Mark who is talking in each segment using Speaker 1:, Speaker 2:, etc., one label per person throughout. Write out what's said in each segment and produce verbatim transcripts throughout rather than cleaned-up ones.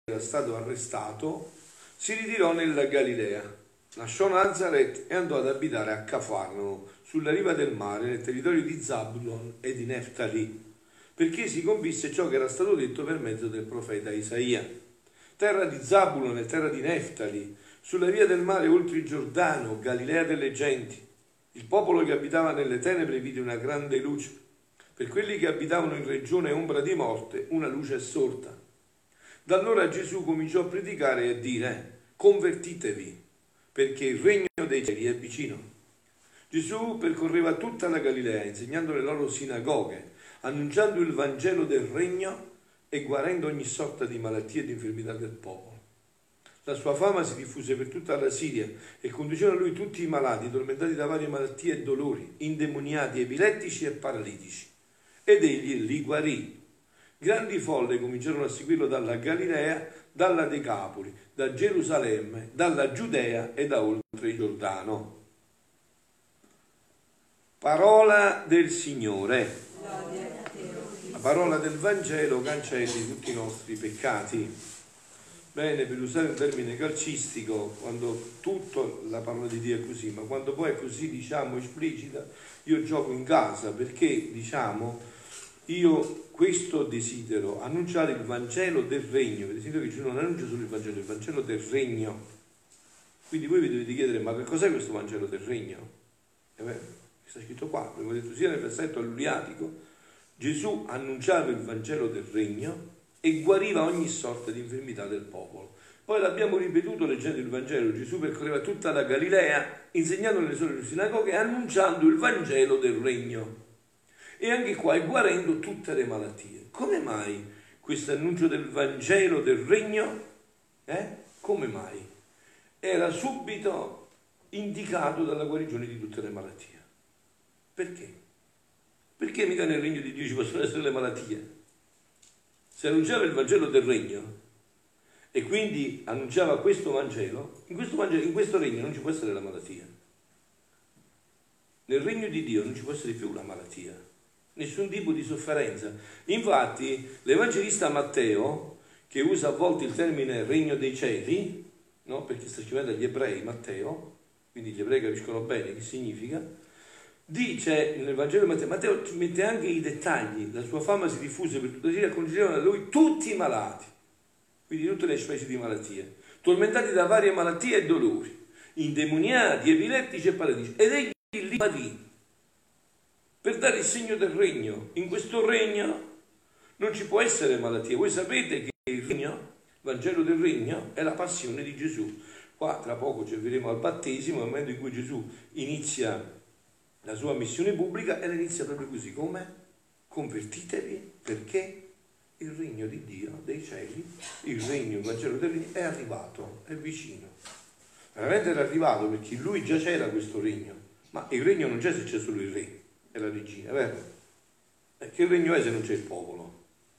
Speaker 1: era stato arrestato, si ritirò nella Galilea, lasciò Nazaret e andò ad abitare a Cafarnao, sulla riva del mare, nel territorio di Zabulon e di Neftali, perché si compisse ciò che era stato detto per mezzo del profeta Isaia. Terra di Zabulon e terra di Neftali, sulla via del mare oltre il Giordano, Galilea delle genti. Il popolo che abitava nelle tenebre vide una grande luce. Per quelli che abitavano in regione ombra di morte, una luce è sorta. Da allora Gesù cominciò a predicare e a dire: convertitevi, perché il regno dei cieli è vicino. Gesù percorreva tutta la Galilea, insegnando le loro sinagoghe, annunciando il Vangelo del regno e guarendo ogni sorta di malattie e di infermità del popolo. La sua fama si diffuse per tutta la Siria e conducevano a lui tutti i malati, tormentati da varie malattie e dolori, indemoniati, epilettici e paralitici. Ed egli li guarì. Grandi folle cominciarono a seguirlo dalla Galilea, dalla Decapoli, da Gerusalemme, dalla Giudea e da oltre il Giordano. Parola del Signore. La parola del Vangelo cancelli tutti i nostri peccati. Bene, per usare un termine calcistico, quando tutto la parola di Dio è così, ma quando poi è così, diciamo, esplicita, io gioco in casa, perché, diciamo, io questo desidero, annunciare il Vangelo del Regno. Desidero che Gesù non annuncia solo il Vangelo, il Vangelo del Regno. Quindi voi vi dovete chiedere: ma che cos'è questo Vangelo del Regno? È vero, sta scritto qua, abbiamo detto sia nel versetto all'Uriatico, Gesù annunciava il Vangelo del Regno e guariva ogni sorta di infermità del popolo. Poi l'abbiamo ripetuto leggendo il Vangelo: Gesù percorreva tutta la Galilea, insegnando nelle sue sinagoghe e annunciando il Vangelo del Regno. E anche qua è guarendo tutte le malattie. Come mai questo annuncio del Vangelo del Regno? Eh? Come mai? Era subito indicato dalla guarigione di tutte le malattie. Perché? Perché mica nel Regno di Dio ci possono essere le malattie? Se annunciava il Vangelo del Regno e quindi annunciava questo Vangelo, in questo, Vangelo, in questo Regno non ci può essere la malattia. Nel Regno di Dio non ci può essere più la malattia. Nessun tipo di sofferenza. Infatti l'Evangelista Matteo, che usa a volte il termine regno dei cieli, no? Perché sta scrivendo agli ebrei Matteo, quindi gli ebrei capiscono bene che significa, dice nel Vangelo di Matteo, Matteo mette anche i dettagli: la sua fama si diffuse per tutta la Siria e conducevano a lui tutti i malati, quindi tutte le specie di malattie, tormentati da varie malattie e dolori, indemoniati, epilettici e paralitici, ed egli li guarì, per dare il segno del regno. In questo regno non ci può essere malattia. Voi sapete che il regno, il Vangelo del regno, è la passione di Gesù. Qua tra poco ci avverremo al battesimo, nel momento in cui Gesù inizia la sua missione pubblica, e la inizia proprio così: come? Convertitevi, perché il regno di Dio, dei cieli, il regno, il Vangelo del regno è arrivato, è vicino. Veramente era arrivato, perché in lui già c'era questo regno, ma il regno non c'è se c'è solo il re e la regina, vero? E che regno è se non c'è il popolo?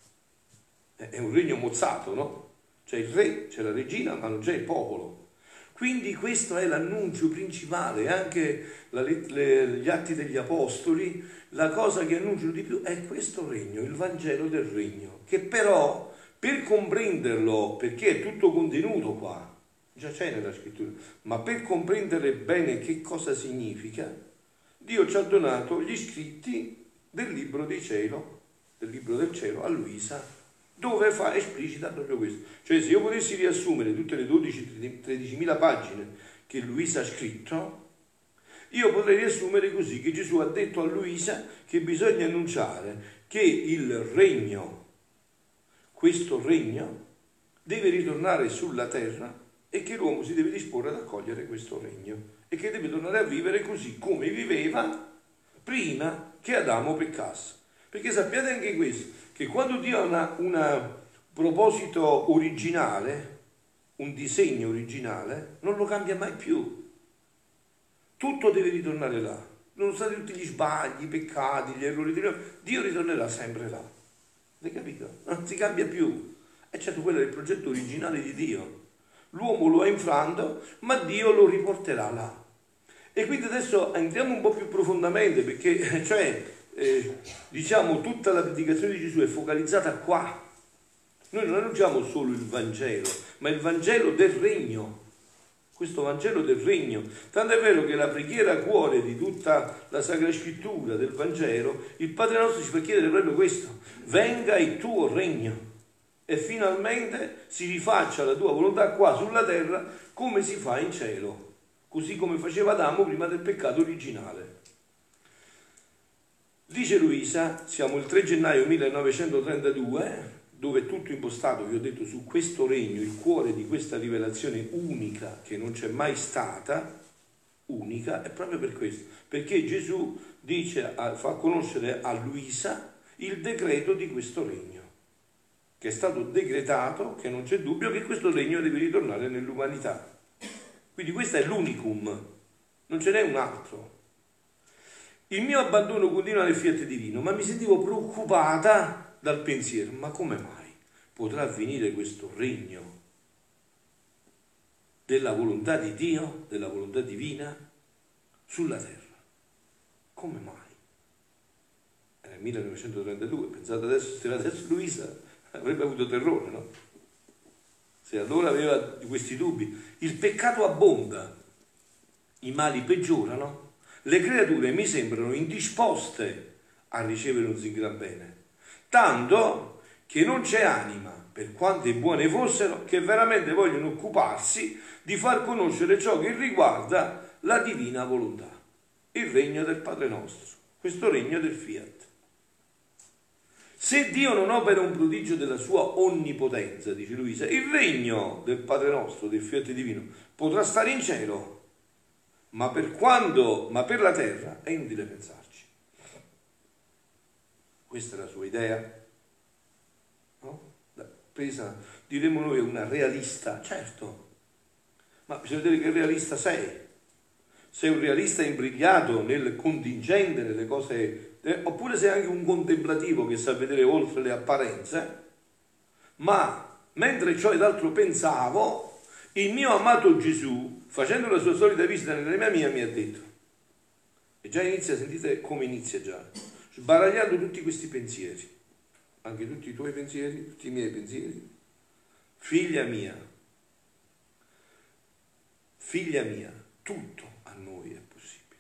Speaker 1: È un regno mozzato, no? C'è il re, c'è la regina, ma non c'è il popolo. Quindi questo è l'annuncio principale. Anche la, le, gli Atti degli Apostoli, la cosa che annunciano di più è questo regno, il Vangelo del Regno, che però, per comprenderlo, perché è tutto contenuto qua, già c'è nella scrittura, ma per comprendere bene che cosa significa, Dio ci ha donato gli scritti del libro di cielo, del libro del cielo a Luisa, dove fa esplicita proprio questo. Cioè, se io potessi riassumere tutte le dodici tredicimila pagine che Luisa ha scritto, io potrei riassumere così: che Gesù ha detto a Luisa che bisogna annunciare che il regno, questo regno, deve ritornare sulla terra e che l'uomo si deve disporre ad accogliere questo regno e che deve tornare a vivere così come viveva prima che Adamo peccasse. Perché sappiate anche questo, che quando Dio ha un proposito originale, un disegno originale, non lo cambia mai più. Tutto deve ritornare là. Nonostante tutti gli sbagli, i peccati, gli errori di Dio, Dio ritornerà sempre là. Avete capito? Non si cambia più. E certo, quello è il progetto originale di Dio. L'uomo lo ha infranto, ma Dio lo riporterà là. E quindi adesso entriamo un po' più profondamente, perché cioè, eh, diciamo, tutta la predicazione di Gesù è focalizzata qua. Noi non annunciamo solo il Vangelo, ma il Vangelo del Regno. Questo Vangelo del Regno. Tanto è vero che la preghiera cuore di tutta la Sacra Scrittura del Vangelo, il Padre nostro ci fa chiedere proprio questo: venga il tuo regno e finalmente si rifaccia la tua volontà qua sulla terra come si fa in cielo, così come faceva Adamo prima del peccato originale. Dice Luisa, siamo il tre gennaio millenovecentotrentadue, dove è tutto impostato, vi ho detto, su questo regno, il cuore di questa rivelazione unica che non c'è mai stata, unica, è proprio per questo, perché Gesù dice, fa conoscere a Luisa il decreto di questo regno, che è stato decretato, che non c'è dubbio che questo regno deve ritornare nell'umanità. Quindi questo è l'unicum, non ce n'è un altro. Il mio abbandono continua nel fiat divino, ma mi sentivo preoccupata dal pensiero: ma come mai potrà avvenire questo regno della volontà di Dio, della volontà divina sulla terra? Come mai? È nel millenovecentotrentadue, pensate adesso, se adesso Luisa avrebbe avuto terrore, no? Se allora aveva questi dubbi. Il peccato abbonda, i mali peggiorano, le creature mi sembrano indisposte a ricevere un sì gran bene, tanto che non c'è anima, per quante buone fossero, che veramente vogliono occuparsi di far conoscere ciò che riguarda la divina volontà, il regno del Padre nostro, questo regno del fiat. Se Dio non opera un prodigio della sua onnipotenza, dice Luisa, il regno del Padre nostro, del fiat divino, potrà stare in cielo, ma per quando, ma per la terra è inutile pensarci. Questa è la sua idea, no? Presa, diremmo noi, una realista, certo, ma bisogna vedere che realista sei. Sei un realista imbrigliato nel contingente, nelle cose, eh, oppure sei anche un contemplativo che sa vedere oltre le apparenze. Ma mentre ciò ed altro pensavo, il mio amato Gesù, facendo la sua solita visita nella mia, mi ha detto, e già inizia, sentite come inizia già, sbaragliando tutti questi pensieri, anche tutti i tuoi pensieri, tutti i miei pensieri: figlia mia, figlia mia, tutto a noi è possibile.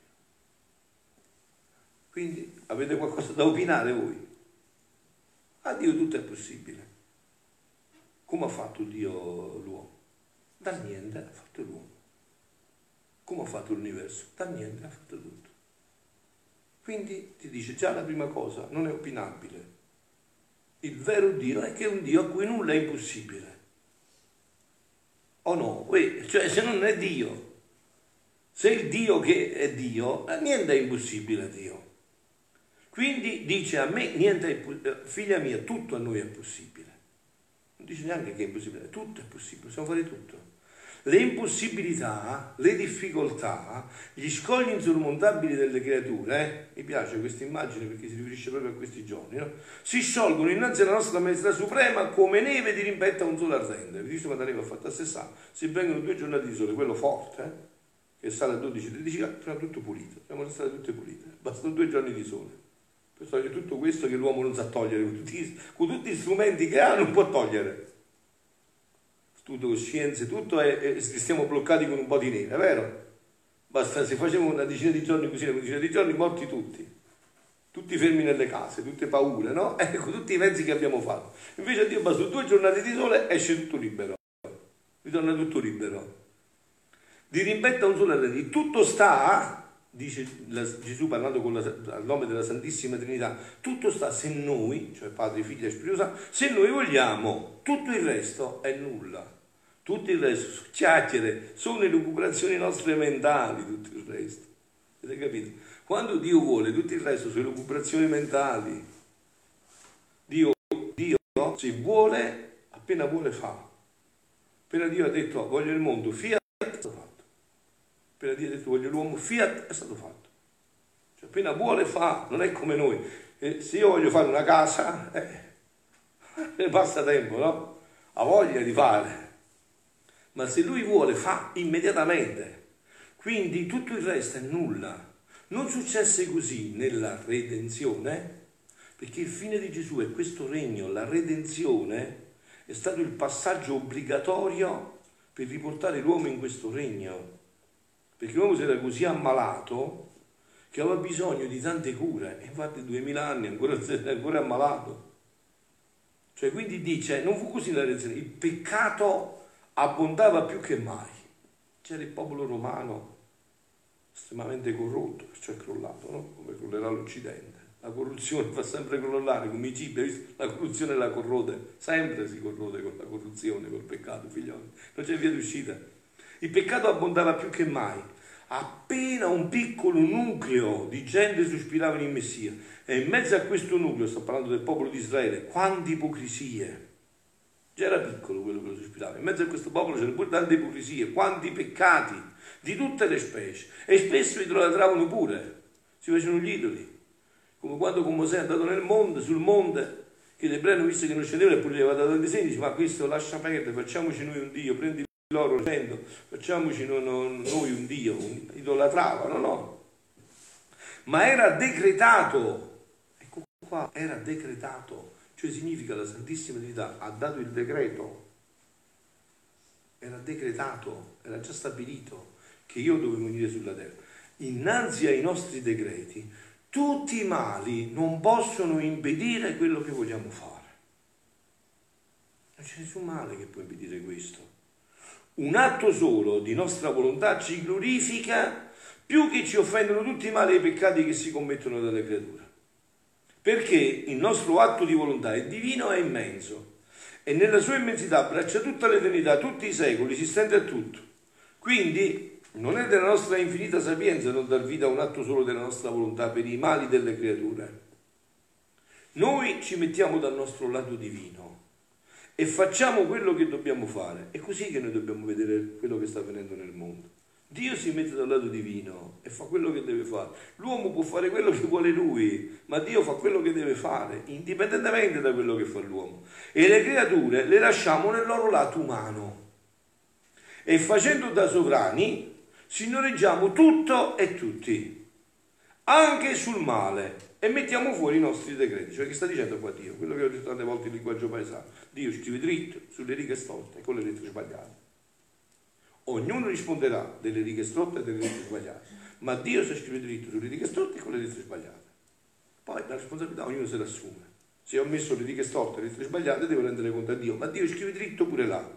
Speaker 1: Quindi avete qualcosa da opinare voi? A Dio tutto è possibile. Come ha fatto Dio l'uomo? Dal niente ha fatto l'uomo. Come ha fatto l'universo? Dal niente ha fatto tutto. Quindi ti dice già la prima cosa, non è opinabile. Il vero Dio è che è un Dio a cui nulla è impossibile. O no? Cioè, se non è Dio, se il Dio che è Dio, niente è impossibile a Dio. Quindi dice a me, niente è, figlia mia, tutto a noi è possibile. Non dice neanche che è impossibile, tutto è possibile, possiamo fare tutto. Le impossibilità, le difficoltà, gli scogli insormontabili delle creature, eh? Mi piace questa immagine perché si riferisce proprio a questi giorni, no? Si sciolgono innanzi alla nostra maestà suprema come neve di rimpetto a un sole ardente. Vi dice quando la neve ha fatto a sessanta, se vengono due giornate di sole, quello forte, eh? Che sale a dodici tredici gradi, sarà tutto pulito, siamo restate tutte pulite, bastano due giorni di sole per togliere tutto questo che l'uomo non sa togliere, con tutti, con tutti gli strumenti che ha non può togliere. Tutto scienze, tutto è, è, stiamo bloccati con un po' di neve, vero? Basta, se facciamo una decina di giorni così, una decina di giorni, morti tutti, tutti fermi nelle case, tutte paure, no? Ecco, tutti i mezzi che abbiamo fatto. Invece a Dio basta due giornate di sole, esce tutto libero, ritorna tutto libero. Di rimpetto a un sole ardente, tutto sta, dice la, Gesù parlando con la, al nome della Santissima Trinità, tutto sta se noi, cioè Padre, Figlio e Spirito Santo, se noi vogliamo, tutto il resto è nulla. Tutto il resto sono chiacchiere, sono le lucubrazioni nostre mentali, tutto il resto. Avete capito? Quando Dio vuole, tutto il resto sono lucubrazioni mentali. Dio, Dio, se vuole, appena vuole fa. Appena Dio ha detto voglio il mondo, fiat, è stato fatto. Appena Dio ha detto voglio l'uomo, fiat, è stato fatto. Cioè appena vuole fa, non è come noi. Eh, se io voglio fare una casa, eh, ne passa tempo, no? Ha voglia di fare. Ma se lui vuole fa immediatamente, quindi tutto il resto è nulla. Non successe così nella redenzione, perché il fine di Gesù è questo regno, la redenzione è stato il passaggio obbligatorio per riportare l'uomo in questo regno, perché l'uomo si era così ammalato che aveva bisogno di tante cure, e infatti duemila anni ancora, ancora ammalato. Cioè, quindi dice, non fu così la redenzione, il peccato abbondava più che mai. C'era il popolo romano estremamente corrotto, perciò è crollato, no? Come crollerà l'Occidente. La corruzione fa sempre crollare, come i cibi, la corruzione la corrode, sempre si corrode con la corruzione, col peccato, figlioli, non c'è via d'uscita. Il peccato abbondava più che mai, appena un piccolo nucleo di gente sospirava in Messia, e in mezzo a questo nucleo, sto parlando del popolo di Israele, quante ipocrisie, già era piccolo quello che lo sospirava, in mezzo a questo popolo c'erano pure tante ipocrisie, quanti peccati, di tutte le specie, e spesso idolatravano pure, si facevano gli idoli. Come quando con Mosè è andato nel monte, sul monte, che gli ebrei hanno visto che non scendevano, e pure gli aveva dato dei segni, dice, ma questo lascia perdere, facciamoci noi un Dio, prendi l'oro, scendo, facciamoci noi un Dio, idolatravano, no? Ma era decretato, ecco qua, era decretato, cioè significa la Santissima Trinità ha dato il decreto, era decretato, era già stabilito che io dovevo venire sulla terra. Innanzi ai nostri decreti, tutti i mali non possono impedire quello che vogliamo fare. Non c'è nessun male che può impedire questo. Un atto solo di nostra volontà ci glorifica più che ci offendono tutti i mali e i peccati che si commettono dalle creature. Perché il nostro atto di volontà è divino e immenso, e nella sua immensità abbraccia tutta l'eternità, tutti i secoli, si stende a tutto. Quindi non è della nostra infinita sapienza non dar vita a un atto solo della nostra volontà per i mali delle creature. Noi ci mettiamo dal nostro lato divino e facciamo quello che dobbiamo fare. È così che noi dobbiamo vedere quello che sta avvenendo nel mondo. Dio si mette dal lato divino e fa quello che deve fare. L'uomo può fare quello che vuole lui, ma Dio fa quello che deve fare, indipendentemente da quello che fa l'uomo. E le creature le lasciamo nel loro lato umano. E facendo da sovrani, signoreggiamo tutto e tutti, anche sul male, e mettiamo fuori i nostri decreti. Cioè, che sta dicendo qua Dio? Quello che ho detto tante volte in linguaggio paesano. Dio scrive dritto sulle righe storte e con le lettere sbagliate. Ognuno risponderà delle righe storte e delle lettere sbagliate, ma Dio si scrive dritto sulle righe storte e con le lettere sbagliate. Poi la responsabilità ognuno se l'assume. Se ho messo le righe storte e le lettere sbagliate devo rendere conto a Dio, ma Dio scrive dritto pure là.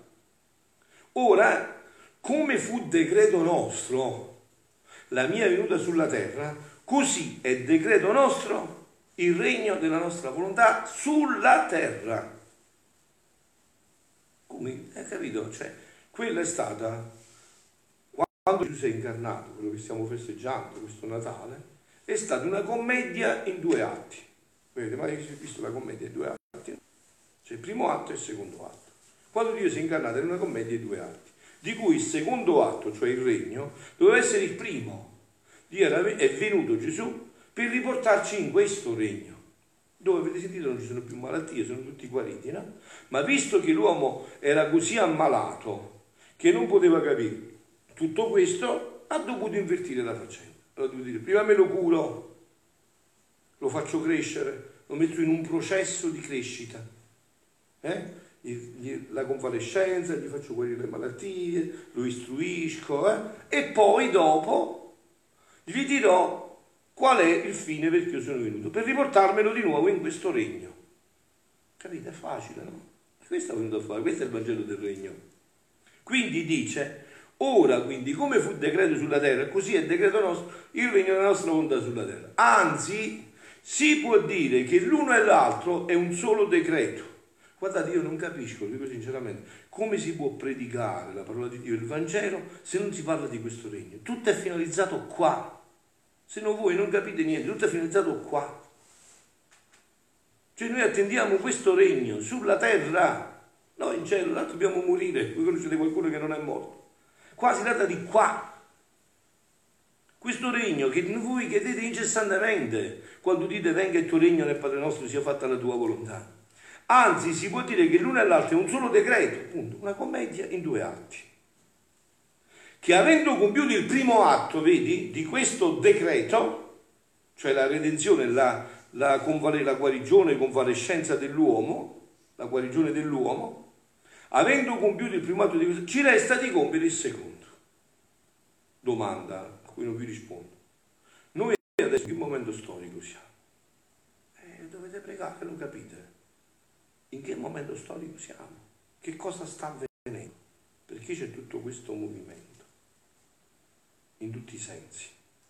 Speaker 1: Ora, come fu decreto nostro la mia venuta sulla terra, così è decreto nostro il regno della nostra volontà sulla terra. Come? Hai capito? Cioè, quella è stata, quando Gesù si è incarnato, quello che stiamo festeggiando, questo Natale, è stata una commedia in due atti. Avete mai visto la commedia in due atti? C'è il primo atto e il secondo atto. Quando Dio si è incarnato era una commedia in due atti, di cui il secondo atto, cioè il regno, doveva essere il primo. Dio era, è venuto Gesù per riportarci in questo regno, dove avete sentito non ci sono più malattie, sono tutti guariti, no? Ma visto che l'uomo era così ammalato che non poteva capire tutto questo, ha dovuto invertire la faccenda. Ha dovuto dire, prima me lo curo, lo faccio crescere, lo metto in un processo di crescita, eh? La convalescenza, gli faccio guarire le malattie, lo istruisco, eh? E poi dopo gli dirò qual è il fine per cui io sono venuto, per riportarmelo di nuovo in questo regno. Capite? È facile, no? Questo è venuto a fare, questo è il Vangelo del Regno. Quindi dice, ora quindi come fu decreto sulla terra, così è decreto nostro, il regno della nostra volontà sulla terra. Anzi, si può dire che l'uno e l'altro è un solo decreto. Guardate, io non capisco, dico sinceramente, come si può predicare la parola di Dio, il Vangelo, se non si parla di questo regno. Tutto è finalizzato qua. Se non voi non capite niente, tutto è finalizzato qua. Cioè noi attendiamo questo regno sulla terra, no in cielo, là dobbiamo morire. Voi conoscete qualcuno che non è morto. Qua si tratta di qua. Questo regno che voi chiedete incessantemente quando dite venga il tuo regno nel Padre nostro, sia fatta la tua volontà. Anzi, si può dire che l'uno e l'altro è un solo decreto, appunto, una commedia in due atti. Che avendo compiuto il primo atto, vedi, di questo decreto, cioè la redenzione, la, la, convale, la guarigione, convalescenza dell'uomo, la guarigione dell'uomo, Avendo compiuto il primo atto di questo, ci resta di compiere il secondo. Domanda a cui non vi rispondo. Noi adesso in che momento storico siamo? Eh, dovete pregare che lo capite. In che momento storico siamo? Che cosa sta avvenendo? Perché c'è tutto questo movimento? In tutti i sensi.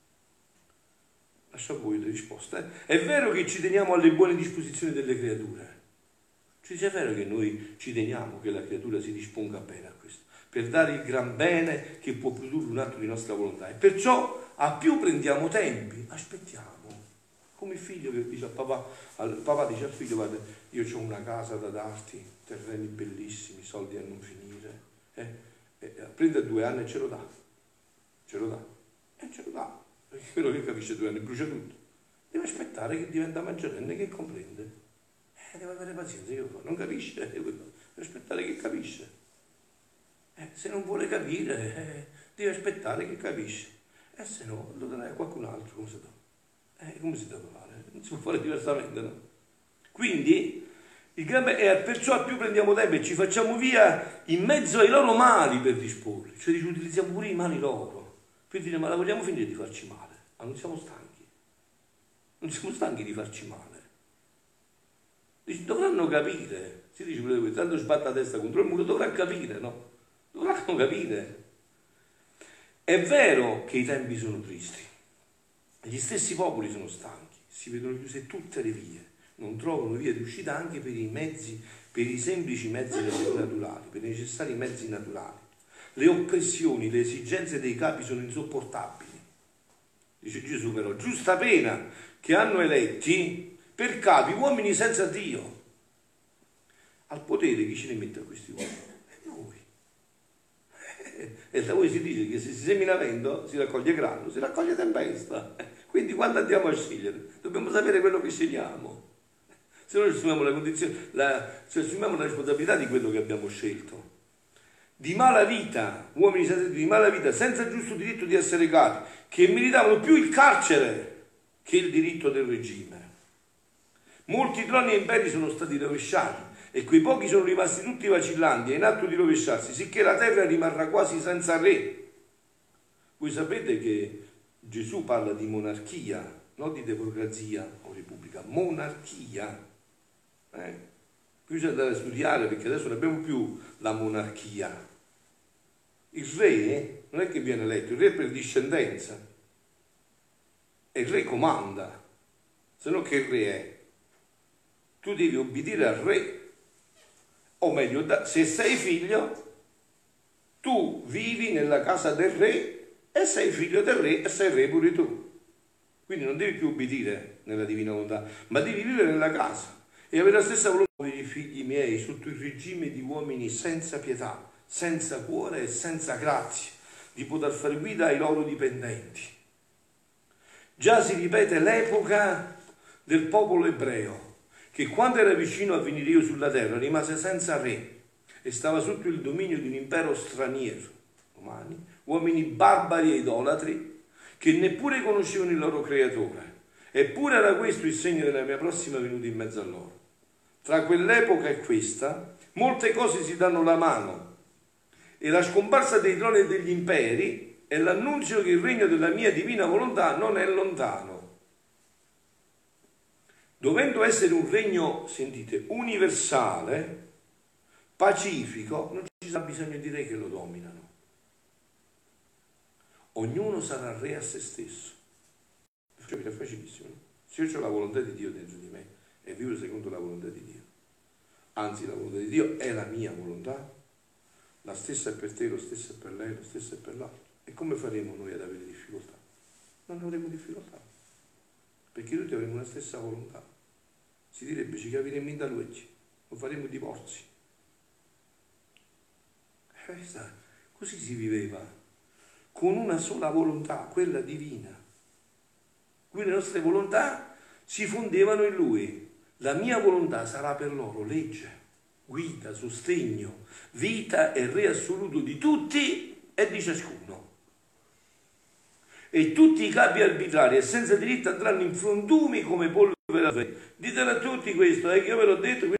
Speaker 1: Lascio a voi le risposte. Eh? È vero che ci teniamo alle buone disposizioni delle creature. Cioè, è vero che noi ci teniamo che la creatura si disponga bene a questo, per dare il gran bene che può produrre un atto di nostra volontà. E perciò a più prendiamo tempi, aspettiamo. Come il figlio che dice a papà, al, papà dice al figlio, guarda, io ho una casa da darti, terreni bellissimi, soldi a non finire. Eh? E, prende due anni e ce lo dà. Ce lo dà. E ce lo dà. Perché quello che capisce due anni brucia tutto. Deve aspettare che diventa maggiorenne, che comprende. Eh, deve avere pazienza, io non capisce, eh, deve aspettare che capisce. Eh, se non vuole capire, eh, deve aspettare che capisce. E eh, se no, lo darà a qualcun altro, come si deve, eh, come si deve fare? Non si può fare diversamente, no? Quindi, il gran be- e perciò più prendiamo tempo e ci facciamo via in mezzo ai loro mali per disporli. Cioè, dice, utilizziamo pure i mali loro, per dire, ma la vogliamo finire di farci male? Ma non siamo stanchi. Non siamo stanchi di farci male. Dovranno capire, si dice pure tanto sbatte la testa contro il muro, dovrà capire, no? Dovranno capire. È vero che i tempi sono tristi, gli stessi popoli sono stanchi, si vedono chiuse tutte le vie, non trovano via di uscita anche per i mezzi, per i semplici mezzi naturali, per i necessari mezzi naturali. Le oppressioni, le esigenze dei capi sono insopportabili. Dice Gesù però, giusta pena che hanno eletti per capi uomini senza Dio. Al potere chi ce ne mette a questi uomini? È noi. E da voi si dice che se si semina vento si raccoglie grano, si raccoglie tempesta. Quindi quando andiamo a scegliere dobbiamo sapere quello che scegliamo. Se no ci assumiamo la condizione, la, ci assumiamo la responsabilità di quello che abbiamo scelto. Di mala vita, uomini senza, di mala vita, senza giusto diritto di essere capi, che meritavano più il carcere che il diritto del regime. Molti troni e imperi sono stati rovesciati e quei pochi sono rimasti tutti vacillanti e in atto di rovesciarsi, sicché la terra rimarrà quasi senza re. Voi sapete che Gesù parla di monarchia, non di democrazia o repubblica, monarchia. Eh? Qui bisogna andare a studiare perché adesso non abbiamo più la monarchia. Il re non è che viene eletto, il re è per discendenza e il re comanda, se no che il re è? Tu devi obbedire al re, o meglio, se sei figlio, tu vivi nella casa del re e sei figlio del re e sei re pure tu. Quindi non devi più obbedire nella divina volontà, ma devi vivere nella casa e avere la stessa volontà dei figli miei sotto il regime di uomini senza pietà, senza cuore e senza grazia, di poter fare guida ai loro dipendenti. Già si ripete l'epoca del popolo ebreo, che quando era vicino a venire io sulla terra rimase senza re e stava sotto il dominio di un impero straniero, romani, uomini barbari e idolatri che neppure conoscevano il loro creatore. Eppure era questo il segno della mia prossima venuta in mezzo a loro. Tra quell'epoca e questa molte cose si danno la mano e la scomparsa dei troni e degli imperi è l'annunzio che il regno della mia divina volontà non è lontano. Dovendo essere un regno, sentite, universale, pacifico, non ci sarà bisogno di re che lo dominano. Ognuno sarà re a se stesso. È facilissimo. Se io ho la volontà di Dio dentro di me e vivo secondo la volontà di Dio, anzi la volontà di Dio è la mia volontà, la stessa è per te, lo stesso è per lei, lo stesso è per l'altro. E come faremo noi ad avere difficoltà? Non avremo difficoltà. Perché tutti avremo la stessa volontà. Si direbbe ci capiremo in da legge, non faremo divorzi. Eh, così si viveva, con una sola volontà, quella divina. Quindi le nostre volontà si fondevano in Lui. La mia volontà sarà per loro legge, guida, sostegno, vita e re assoluto di tutti e di ciascuno. E tutti i capi arbitrari e senza diritto andranno in frantumi come polvere a freddo. Ditelo a tutti questo, eh, che io ve l'ho detto.